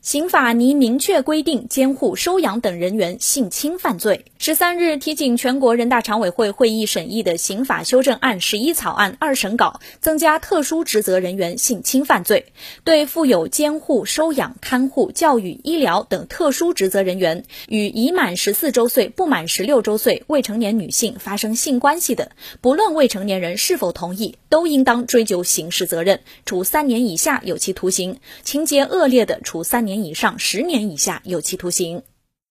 刑法拟明确规定监护、收养等人员性侵犯罪。13日提请全国人大常委会会议审议的刑法修正案11草案2审稿，增加特殊职责人员性侵犯罪，对负有监护、收养、看护、教育、医疗等特殊职责人员与已满14周岁不满16周岁未成年女性发生性关系的，不论未成年人是否同意，都应当追究刑事责任，处3年以下有期徒刑，情节恶劣的处3年以上10年以下有期徒刑。